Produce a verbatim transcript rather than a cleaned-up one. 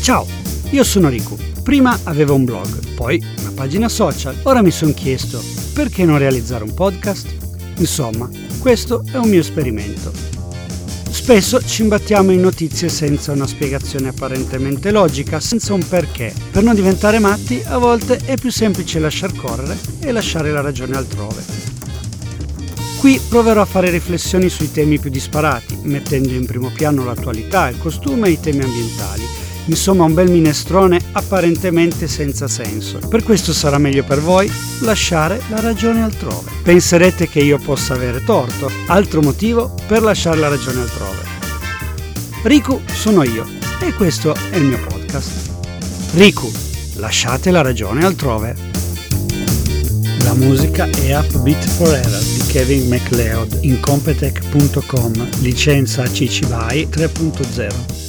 Ciao, io sono Riku. Prima avevo un blog, poi una pagina social. Ora mi sono chiesto, perché non realizzare un podcast? Insomma, questo è un mio esperimento. Spesso ci imbattiamo in notizie senza una spiegazione apparentemente logica, senza un perché. Per non diventare matti, a volte è più semplice lasciar correre e lasciare la ragione altrove. Qui proverò a fare riflessioni sui temi più disparati, mettendo in primo piano l'attualità, il costume e i temi ambientali. Insomma, un bel minestrone apparentemente senza senso. Per questo sarà meglio per voi lasciare la ragione altrove. Penserete che io possa avere torto, altro motivo per lasciare la ragione altrove. Riku sono io e questo è il mio podcast. Riku, lasciate la ragione altrove. La musica è Upbeat Forever di Kevin MacLeod in Competech punto com, licenza C C B Y tre punto zero.